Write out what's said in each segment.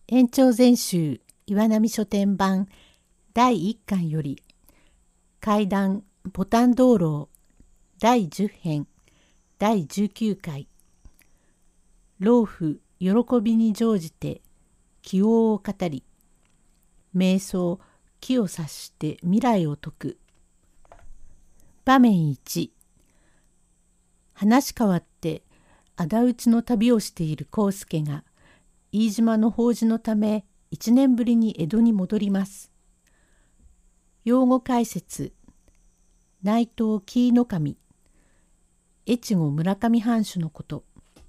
延長全集岩波書店版第1巻より怪談ボタン道路第10編第19回老夫喜びに乗じて気応を語り瞑想気を察して未来を説く場面1話変わって仇討ちの旅をしている康介が飯島の法事のため1年ぶりに江戸に戻ります。用語解説内藤紀伊守越後村上藩主のこと。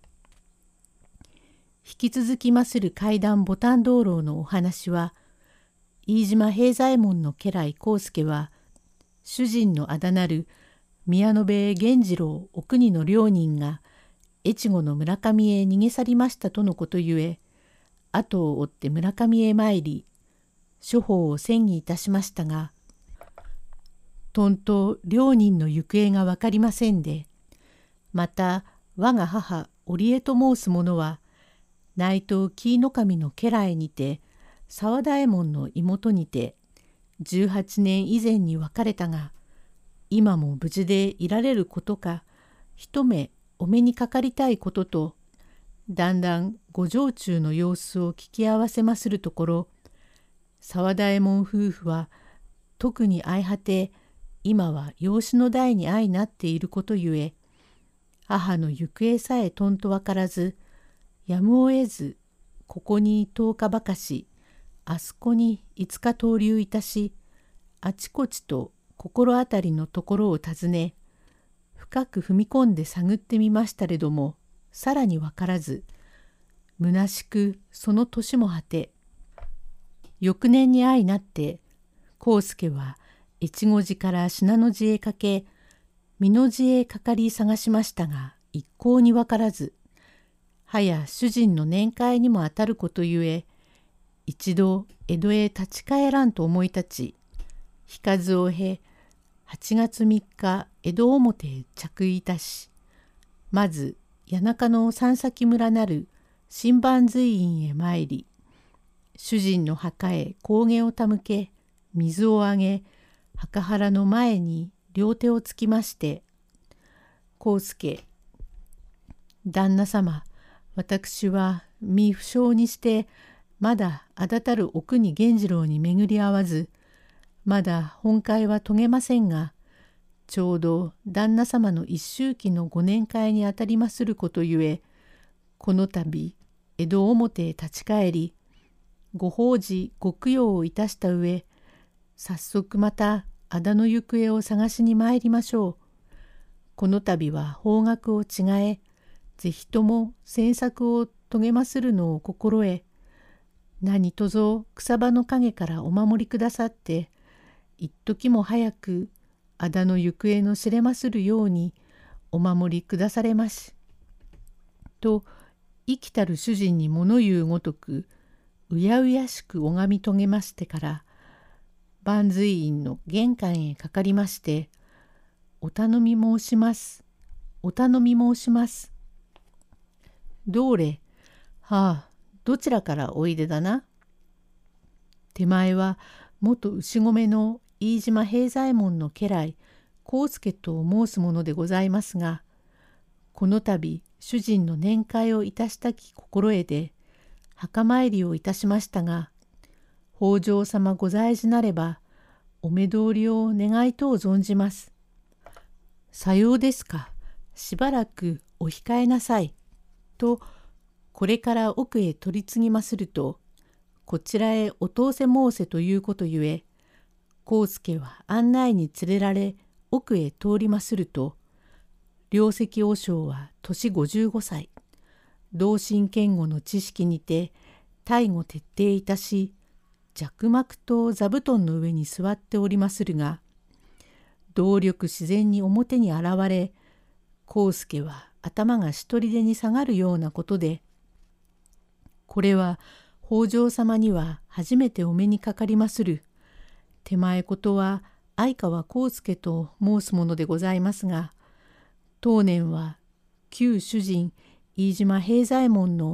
引き続きまする怪談ボタン道路のお話は飯島平左衛門の家来康介は主人のあだなる宮野部源次郎お国の両人が越後の村上へ逃げ去りましたとのことゆえ後を追って村上へ参り諸法を詮議いたしましたがとんと両人の行方が分かりませんでまた我が母織江と申す者は内藤紀伊守の家来にて沢田右衛門の妹にて18年以前に別れたが今も無事でいられることか一目お目にかかりたいこととだんだんご城中の様子を聞き合わせまするところ沢田右衛門夫婦は特に相果て今は養子の代に相なっていることゆえ母の行方さえとんとわからずやむを得ずここに10日ばかしあそこに5日逗留いたしあちこちと心当たりのところを訪ね深く踏み込んで探ってみましたれどもさらにわからず虚しくその年も果て翌年に相なって康介は越後寺から信濃寺へかけ美濃寺へかかり探しましたが一向にわからずはや主人の年会にもあたることゆえ一度江戸へ立ち返らんと思い立ち日数を経8月3日江戸表へ着衣いたしまず谷中の三崎村なる新番随院へ参り主人の墓へ香下を手向け水をあげ墓原の前に両手をつきまして「康介旦那様私は身不詳にしてまだあだたるお国源次郎に巡り合わずまだ本会は遂げませんがちょうど旦那様の一周忌のご年会にあたりますることゆえこの度江戸表へ立ち返りご法事ご供養をいたした上早速またあだの行方を探しに参りましょう。この度は方角を違えぜひとも詮索を遂げまするのを心得何とぞ草葉の陰からお守りくださって一時も早くあだの行方の知れまするようにお守りくだされまし。と生きたる主人に物言うごとくうやうやしく拝み遂げましてから番随院の玄関へかかりまして「お頼み申しますお頼み申します」「どれはあどちらからおいでだな」手前は元牛込の飯島平左衛門の家来康介と申すものでございますがこの度主人の年会をいたしたき心得で墓参りをいたしましたが北条様ご在寺なればお目通りを願いとう存じます。さようですかしばらくお控えなさいとこれから奥へ取り次ぎまするとこちらへお通せ申せということゆえ康介は案内に連れられ奥へ通りますると両石和尚は年55歳同心剣護の知識にて大護徹底いたし弱幕と座布団の上に座っておりまするが動力自然に表に現れ康介は頭が一人でに下がるようなことでこれは北条様には初めてお目にかかりまする手前ことは相川康介と申すものでございますが当年は旧主人飯島平左衛門の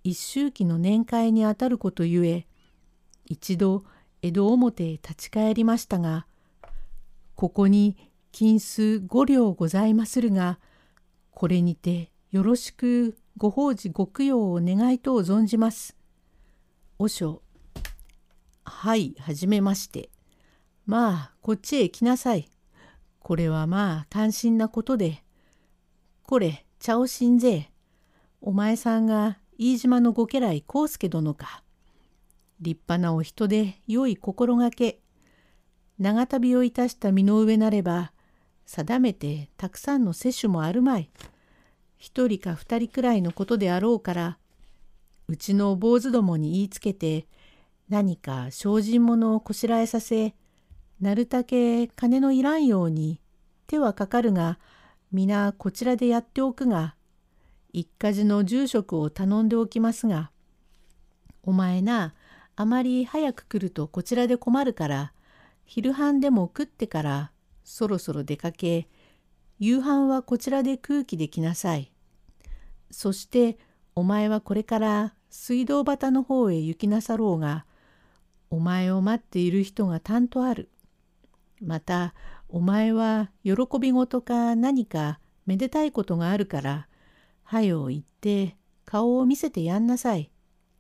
一周忌の年会にあたることゆえ、一度江戸表へ立ち返りましたが、ここに金子5両ございまするが、これにてよろしくご法事ご供養を願いとう存じます。和尚、はい、はじめまして。まあ、こっちへ来なさい。これはまあ、関心なことで。これ、茶をしんぜ。お前さんが飯島のご家来康介殿か。立派なお人で良い心がけ。長旅をいたした身の上なれば、定めてたくさんの摂取もあるまい。一人か二人くらいのことであろうから、うちの坊主どもに言いつけて、何か精進物をこしらえさせ、なるたけ金のいらんように手はかかるが、皆こちらでやっておくが、一家事の住職を頼んでおきますが、お前な、あまり早く来るとこちらで困るから、昼飯でも食ってからそろそろ出かけ、夕飯はこちらで空気できなさい。そしてお前はこれから水道端の方へ行きなさろうが、お前を待っている人がたんとある。またお前は喜び事か何かめでたいことがあるから、はよ行って顔を見せてやんなさい。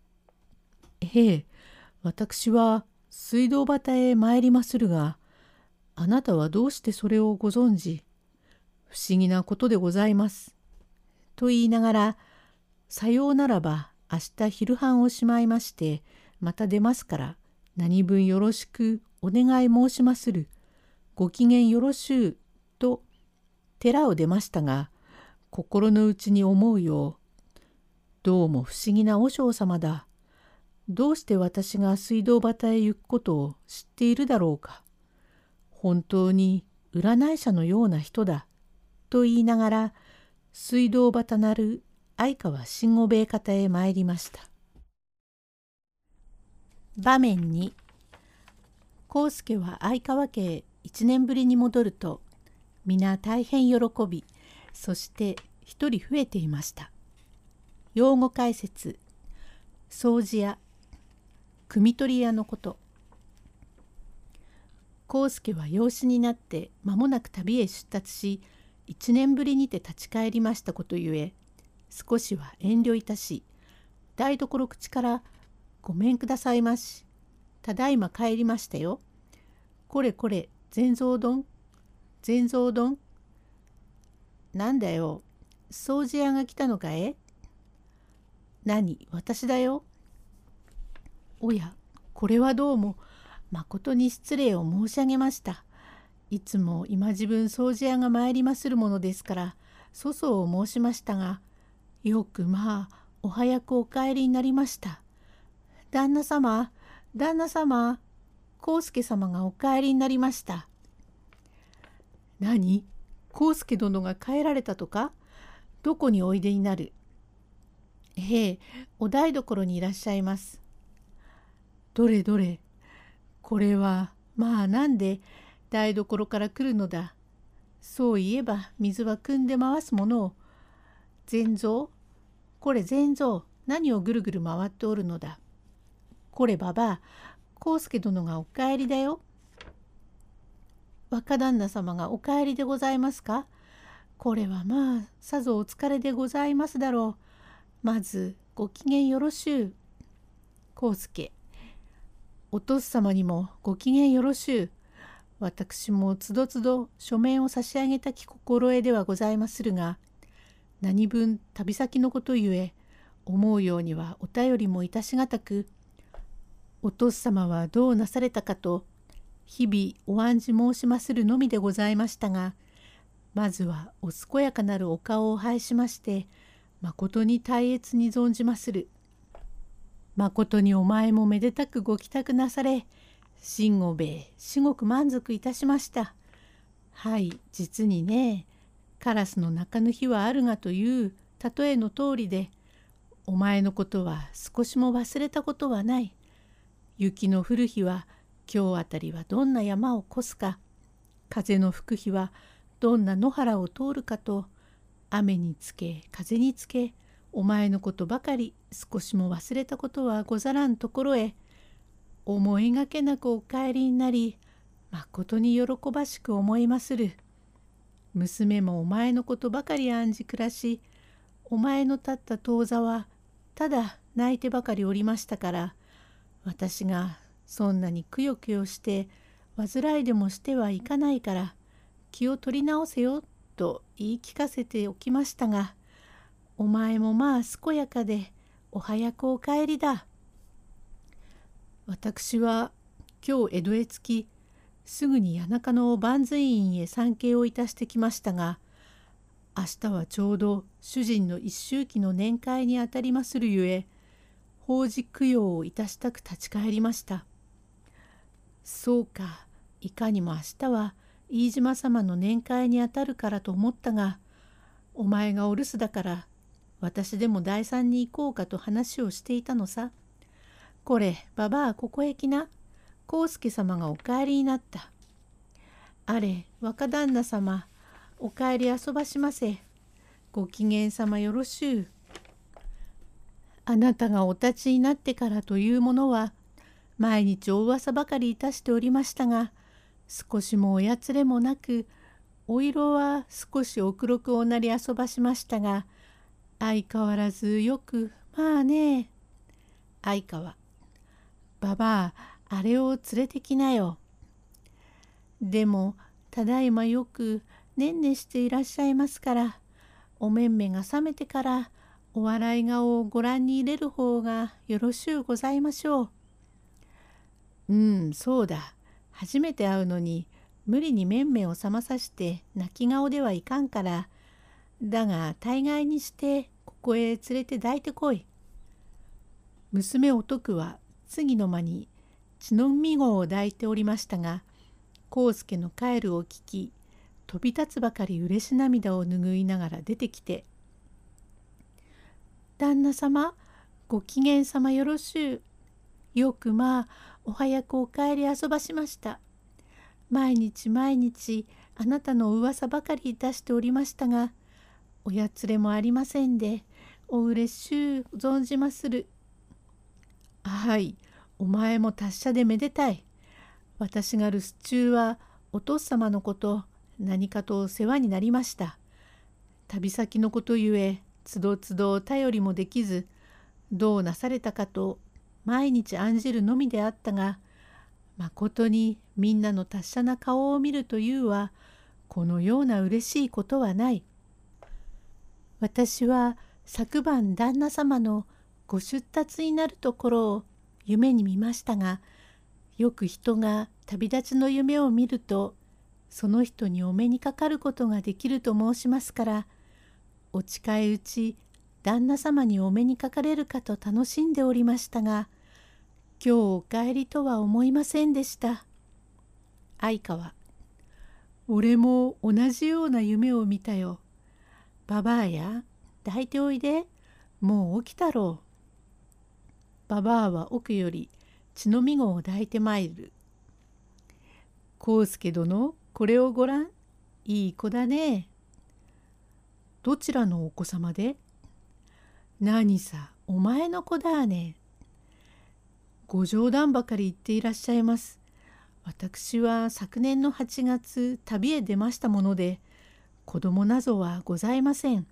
私は水道端へ参りまするが、あなたはどうしてそれをご存じ？不思議なことでございます。と言いながら、さようならば明日昼飯をしまいまして、また出ますから、何分よろしくお願い申しまする。ご機嫌よろしゅう。と寺を出ましたが、心の内に思うよう、どうも不思議な和尚様だ。どうして私が水道端へ行くことを知っているだろうか。本当に占い師のような人だ。と言いながら、水道端なる相川新五兵衛方へ参りました。場面に、康介は相川家へ1年ぶりに戻ると、皆大変喜び、そして一人増えていました。用語解説、掃除屋、汲み取り屋のこと。康介は養子になって間もなく旅へ出立し、1年ぶりにて立ち返りましたことゆえ、少しは遠慮いたし、台所口からごめんくださいまし。ただいま帰りましたよ。これこれ、全蔵丼。全蔵丼。なんだよ、掃除屋が来たのかえ？何、私だよ。おや、これはどうも、まことに失礼を申し上げました。いつも今自分掃除屋が参りまするものですから、粗相を申しましたが、よくまあ、お早くお帰りになりました。旦那様、旦那様、康介様がお帰りになりました。何？康介殿が帰られたとか？どこにおいでになる？お台所にいらっしゃいます。どれどれ、これはまあなんで台所から来るのだ。そういえば水は汲んで回すものを。善蔵、これ善蔵、何をぐるぐる回っておるのだ。こればば、康介殿がお帰りだよ。若旦那様がお帰りでございますか。これはまあさぞお疲れでございますだろう。まずご機嫌よろしゅう。康介、お父様にもご機嫌よろしゅう。私もつどつど書面を差し上げたき心得ではございまするが、何分旅先のことゆえ、思うようにはお便りもいたしがたく、お父様はどうなされたかと、日々お案じ申しまするのみでございましたが、まずはお健やかなるお顔を拝しまして、まことに大悦に存じまする。まことにお前もめでたくご帰宅なされ、新五兵衛、至極満足いたしました。はい、実にね、カラスの鳴かぬ日はあるがという例えの通りで、お前のことは少しも忘れたことはない。雪の降る日は今日あたりはどんな山を越すか、風の吹く日はどんな野原を通るかと、雨につけ風につけお前のことばかり少しも忘れたことはござらんところへ、思いがけなくお帰りになり、まことに喜ばしく思いまする。娘もお前のことばかり案じ暮らし、お前の立った当座はただ泣いてばかりおりましたから、私がそんなにくよくよして煩いでもしてはいかないから気を取り直せよと言い聞かせておきましたが、お前もまあ健やかでお早くお帰りだ。私は今日江戸へ着き、すぐに谷中の万随院へ参詣をいたしてきましたが、明日はちょうど主人の一周忌の年会にあたりまするゆえ、法事供養をいたしたく立ち帰りました。そうか、いかにも明日は飯島様の年会にあたるからと思ったが、お前がお留守だから私でも第三に行こうかと話をしていたのさ。これ、ばばあここへ来な。康介様がお帰りになった。あれ、若旦那様、お帰り遊ばしませ。ご機嫌様よろしゅう。あなたがお立ちになってからというものは、毎日お噂ばかりいたしておりましたが、少しもおやつれもなく、お色は少しお黒くおなり遊ばしましたが、相変わらずよく、まあね。相川、ばばあ、あれを連れてきなよ。でも、ただいまよくねんねしていらっしゃいますから、おめんめが覚めてから、お笑い顔をご覧に入れる方がよろしゅうございましょう。そうだ。初めて会うのに、無理にめんめを覚まさして泣き顔ではいかんから、だが大概にしてここへ連れて抱いてこい。娘お徳は次の間に血の海号を抱いておりましたが、康介の帰るを聞き、飛び立つばかり嬉し涙を拭いながら出てきて、旦那様、ご機嫌様よろしゅう。よくまあ、お早くお帰り遊ばしました。毎日毎日、あなたの噂ばかりいたしておりましたが、おやつれもありませんで、おうれしゅう存じまする。はい、お前も達者でめでたい。私が留守中は、お父様のこと、何かと世話になりました。旅先のことゆえ、つどつど頼りもできず、どうなされたかと毎日案じるのみであったが、まことにみんなの達者な顔を見るというは、このような嬉しいことはない。私は昨晩旦那様のご出立になるところを夢に見ましたが、よく人が旅立ちの夢を見ると、その人にお目にかかることができると申しますから、お近いうち旦那様にお目にかかれるかと楽しんでおりましたが、今日お帰りとは思いませんでした。相川、俺も同じような夢を見たよ。ばばあや、抱いておいで。もう起きたろう。ばばあは奥より血のみごを抱いてまいる。康介殿、これをごらん。いい子だね。どちらのお子様で？何さ、お前の子だね。ご冗談ばかり言っていらっしゃいます。私は昨年の8月旅へ出ましたもので、子供なぞはございません。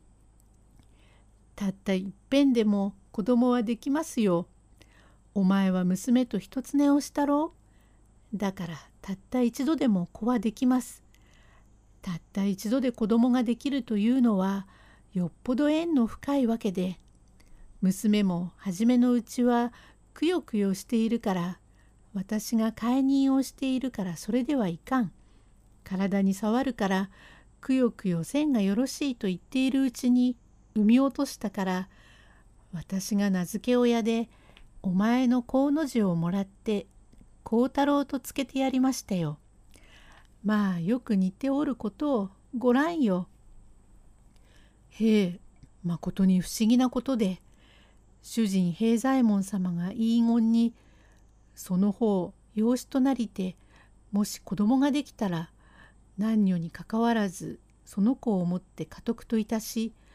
たったいっぺんでも子供はできますよ。お前は娘と一つ寝をしたろう。だからたった一度でも子はできます。たった一度で子供ができるというのはよっぽど縁の深いわけで、娘も初めのうちはくよくよしているから、私が介入をしているからそれではいかん。体に触るからくよくよせんがよろしいと言っているうちに産み落としたから、私が名付け親でお前の幸の字をもらって幸太郎とつけてやりましたよ。まあよく似ておることをごらんよ。へえ、まことに不思議なことで、主人平左衛門様が遺言に、その方養子となりて、もし子供ができたら、男女にかかわらずその子をもって家督といたし、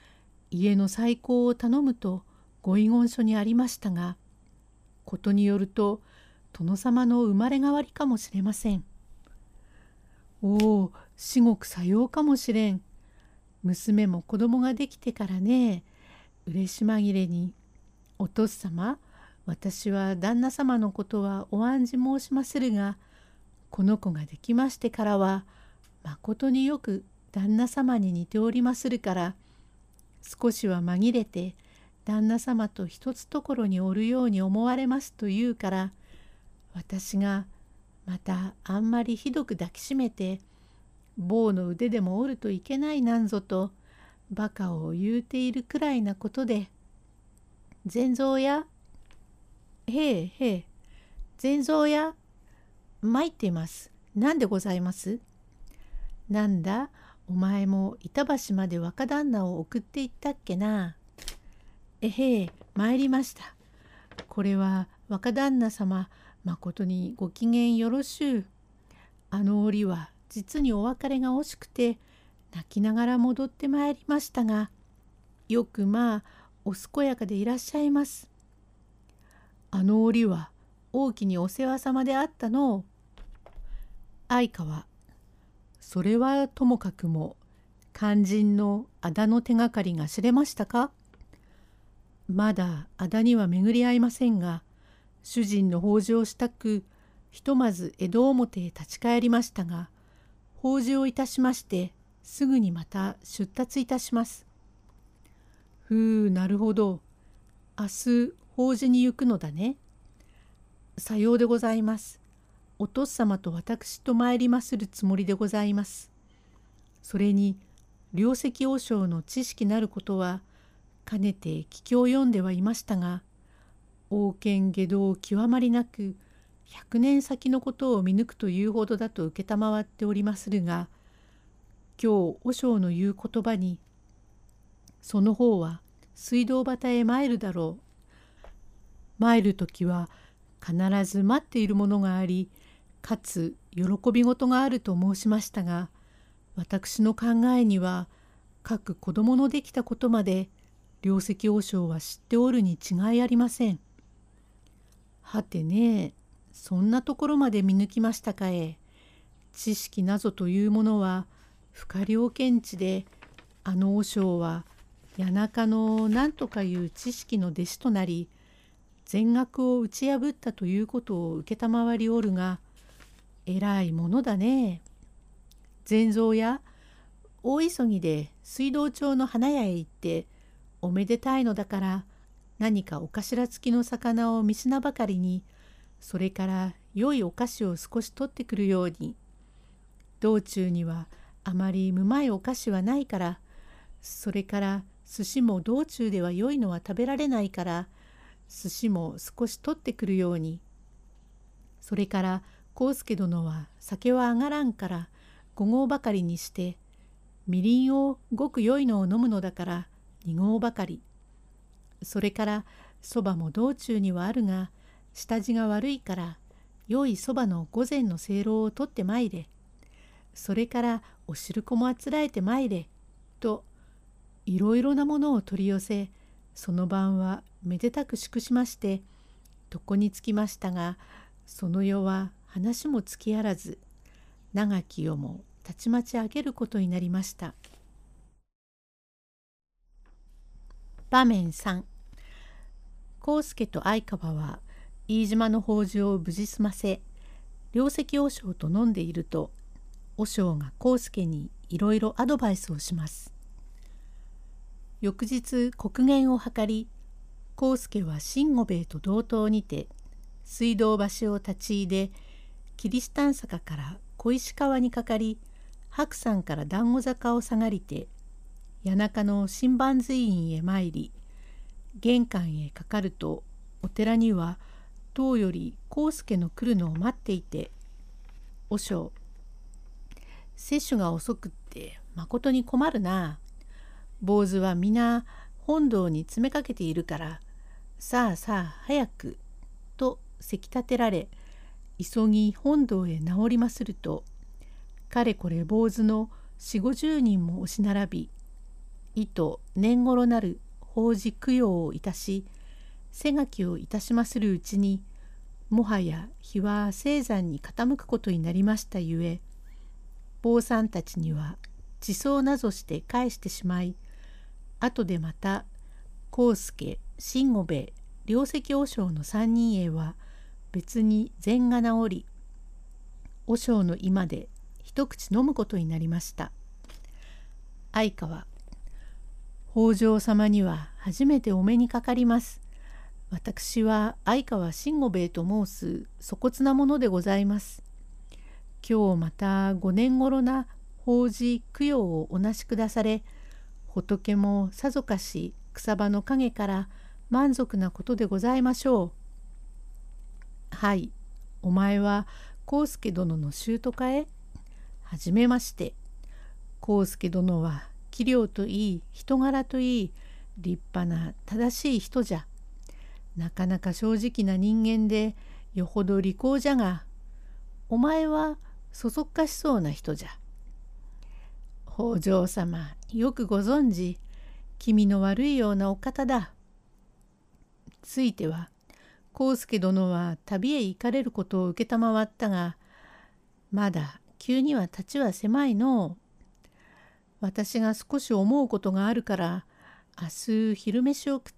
家の再興を頼むとご遺言書にありましたが、ことによると殿様の生まれ変わりかもしれません。おお、至極さようかもしれん。娘も子供ができてからね、嬉し紛れに、お父様、私は旦那様のことはお案じ申しまするが、この子ができましてからは、まことによく旦那様に似ておりまするから、少しは紛れて旦那様と一つところにおるように思われますと言うから、私がまたあんまりひどく抱きしめて、棒の腕でも折るといけないなんぞとバカを言うているくらいなことで、善蔵や、へえへえ、善蔵や、参っています。何でございます？なんだ、お前も板橋まで若旦那を送っていったっけな。えへえ、参りました。これは若旦那様、まことにご機嫌よろしゅう。あの折は実にお別れが惜しくて、泣きながら戻ってまいりましたが、よくまあお健やかでいらっしゃいます。あの折は大きにお世話様であったのう。相川、それはともかくも肝心の仇の手がかりが知れましたか？まだ仇には巡り合いませんが、主人の法事をしたく、ひとまず江戸表へ立ち返りましたが、法事をいたしまして、すぐにまた出立いたします。ふう、なるほど。明日法事に行くのだね。さようでございます。お父様と私と参りまするつもりでございます。それに、両石和尚の知識なることは、かねて聞きを読んではいましたが、王権下道極まりなく、100年先のことを見抜くというほどだと承っておりまするが、今日和尚の言う言葉に、その方は水道端へ参るだろう。参るときは必ず待っているものがあり、かつ喜び事があると申しましたが、私の考えには、各子供のできたことまで、両石和尚は知っておるに違いありません。はてねえ、そんなところまで見抜きましたかえ。知識なぞというものは、不可量見地で、あの和尚は、谷中の何とかいう知識の弟子となり、全額を打ち破ったということを承りおるが、偉いものだね。善蔵や、大急ぎで水道町の花屋へ行って、おめでたいのだから何かお頭付きの魚を見しなばかりに、それから良いお菓子を少し取ってくるように。道中にはあまりうまいお菓子はないから、それから寿司も道中では良いのは食べられないから、寿司も少し取ってくるように。それから康介殿は酒は上がらんから5合ばかりにして、みりんをごく良いのを飲むのだから2合ばかり。それからそばも道中にはあるが、下地が悪いから良いそばの御前のせいろを取ってまいれ。それからお汁粉もあつらえてまいれ。といろいろなものを取り寄せ、その晩はめでたく祝しまして、床につきましたが、その夜は話もつきあらず、長き夜もたちまち明けることになりました。場面3。康介と相川は飯島の法事を無事済ませ、両石和尚と飲んでいると、和尚が康介にいろいろアドバイスをします。翌日刻限を計り、康介は新御兵衛と同等にて水道橋を立ち入れ、キリシタン坂から小石川にかかり、白山から団子坂を下がりて谷中の新番随院へ参り、玄関へかかるとお寺には当より康介の来るのを待っていて、和尚、摂取が遅くってまことに困るな。坊主は皆本堂に詰めかけているから、さあさあ早く、とせき立てられ、急ぎ本堂へ直りますると、かれこれ坊主の4、50人も押し並び、 意図年頃なる法事供養をいたし、背書きをいたしまするうちに、もはや日は青山に傾くことになりましたゆえ、坊さんたちには地層なぞして返してしまい、後でまた幸助、新吾兵衛、両石和尚の三人へは別に禅が治り、和尚の居間で一口飲むことになりました。相川、北条様には初めてお目にかかります。私は相川新吾兵衛と申す粗骨なものでございます。今日また5年頃な法事供養をおなしくだされ、仏もさぞかし草葉の陰から満足なことでございましょう。はい、お前は幸助殿の舅かえ？はじめまして。幸助殿は器量といい人柄といい立派な正しい人じゃ。なかなか正直な人間でよほど利口じゃが、お前はそそっかしそうな人じゃ。北条様、よくご存じ、気味の悪いようなお方だ。ついては、幸助殿は旅へ行かれることを承ったが、まだ急には立ちは狭いのう。私が少し思うことがあるから、明日昼飯を食って、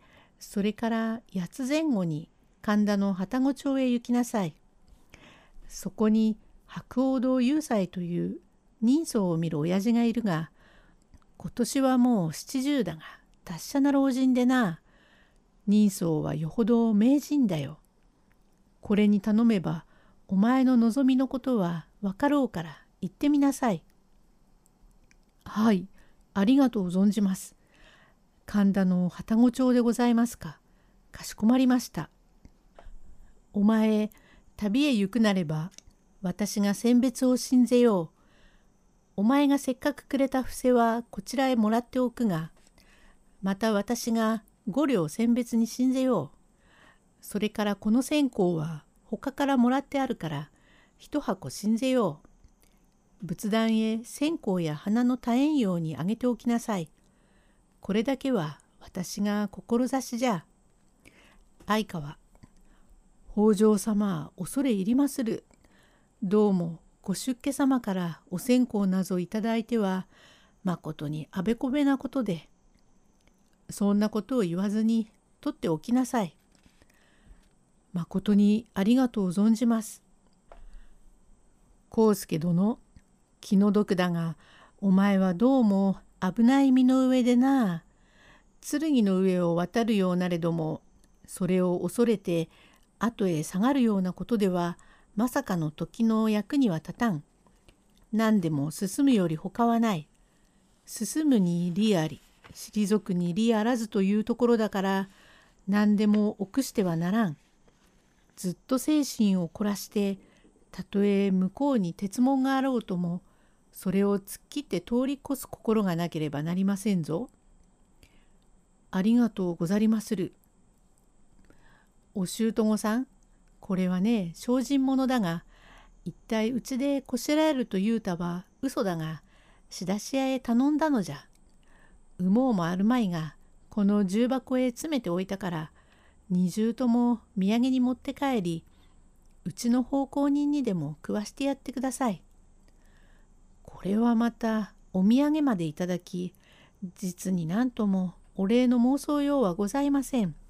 それから8つ前後に神田の旅籠町へ行きなさい。そこに白鸚堂雄斎という人相を見る親父がいるが、今年はもう70だが達者な老人でな。人相はよほど名人だよ。これに頼めばお前の望みのことは分かろうから行ってみなさい。はい、ありがとう存じます。神田の旅籠町でございますか。かしこまりました。お前、旅へ行くなれば、私が餞別を信ぜよう。お前がせっかくくれた布施はこちらへもらっておくが、また私が5両餞別に信ぜよう。それからこの線香は他からもらってあるから、一箱信ぜよう。仏壇へ線香や花の絶えんようにあげておきなさい。これだけは私が志じゃ。相川、北条様、恐れ入りまする。どうもご出家様からお線香なぞいただいては、まことにあべこべなことで。そんなことを言わずに取っておきなさい。まことにありがとう存じます。幸助殿、気の毒だが、お前はどうも危ない身の上でな。剣の上を渡るようなれども、それを恐れて後へ下がるようなことでは、まさかの時の役には立たん。何でも進むより他はない。進むに利あり、退くに利あらずというところだから、何でも臆してはならん。ずっと精神を凝らして、たとえ向こうに鉄門があろうとも、それを突っ切って通り越す心がなければなりませんぞ。ありがとうござりまする。お舅御さん、これはね、精進者だが、一体うちでこしらえると言うたは嘘だが、仕出し屋へ頼んだのじゃ。羽毛もあるまいが、この重箱へ詰めておいたから、二重とも土産に持って帰り、うちの奉公人にでも食わしてやってください。これはまたお土産までいただき、実になんともお礼の申そうようはございません。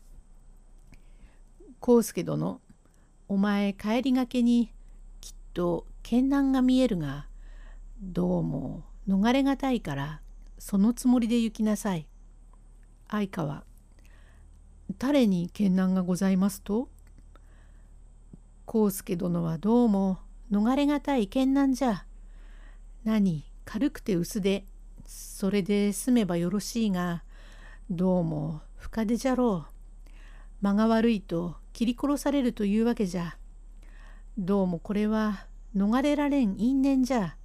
幸助殿、お前帰りがけにきっと剣難が見えるが、どうも逃れがたいからそのつもりで行きなさい。相川、誰に剣難がございますと？幸助殿はどうも逃れがたい剣難じゃ。何、軽くて薄で、それで済めばよろしいが、どうも深手じゃろう。間が悪いと切り殺されるというわけじゃ。どうもこれは逃れられん因縁じゃ。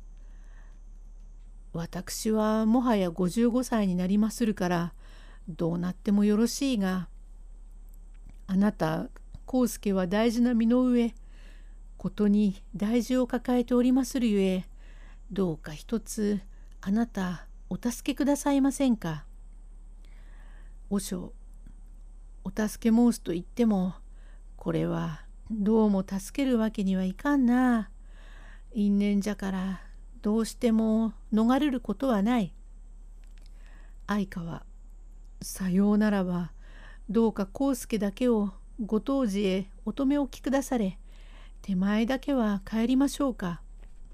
私はもはや55歳になりまするから、どうなってもよろしいが、あなた、幸助は大事な身の上、ことに大事を抱えておりまするゆえ、どうか一つあなたお助けくださいませんか。和尚、お助け申すと言っても、これはどうも助けるわけにはいかんな。因縁じゃからどうしても逃れることはない。愛花は、さようならば、どうか康介だけをご当寺へお留め置きくだされ。手前だけは帰りましょうか。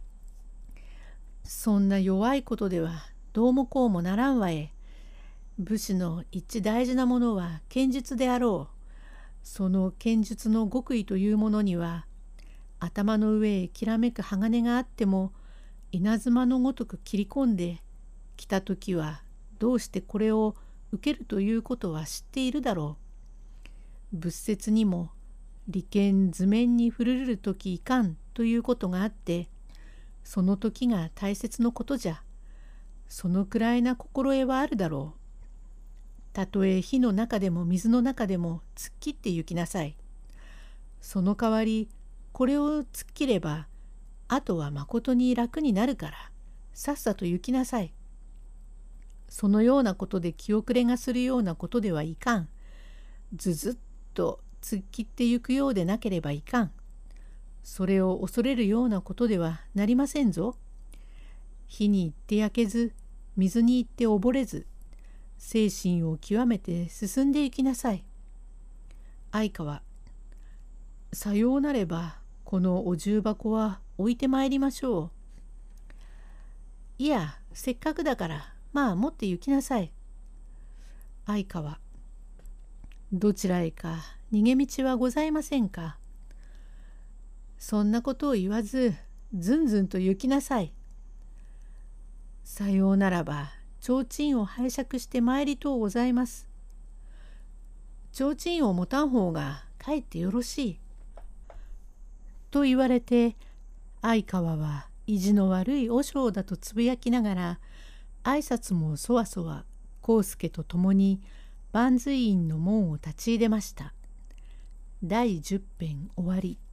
そんな弱いことではどうもこうもならんわえ。武士の一大事なものは剣術であろう。その剣術の極意というものには、頭の上へきらめく鋼があっても、稲妻のごとく切り込んできたときは、どうしてこれを受けるということは知っているだろう。仏説にも、利剣図面に触れるときいかんということがあって、その時が大切のことじゃ。そのくらいな心得はあるだろう。たとえ火の中でも水の中でも突っ切って行きなさい。その代わりこれを突っ切ればあとはまことに楽になるからさっさと行きなさい。そのようなことで気後れがするようなことではいかん。ずずっと突っ切って行くようでなければいかん。それを恐れるようなことではなりませんぞ。火に行って焼けず水に行って溺れず、精神を極めて進んでいきなさい。愛花は、さようなればこのお重箱は置いてまいりましょう。いや、せっかくだからまあ持って行きなさい。愛花は、どちらへか逃げ道はございませんか。そんなことを言わずずんずんと行きなさい。さようならば提灯を拝借して参りとうございます。提灯を持たん方がかえってよろしい。と言われて、相川は意地の悪い和尚だとつぶやきながら、挨拶もそわそわ康介と共に万随院の門を立ち入れました。第10編終わり。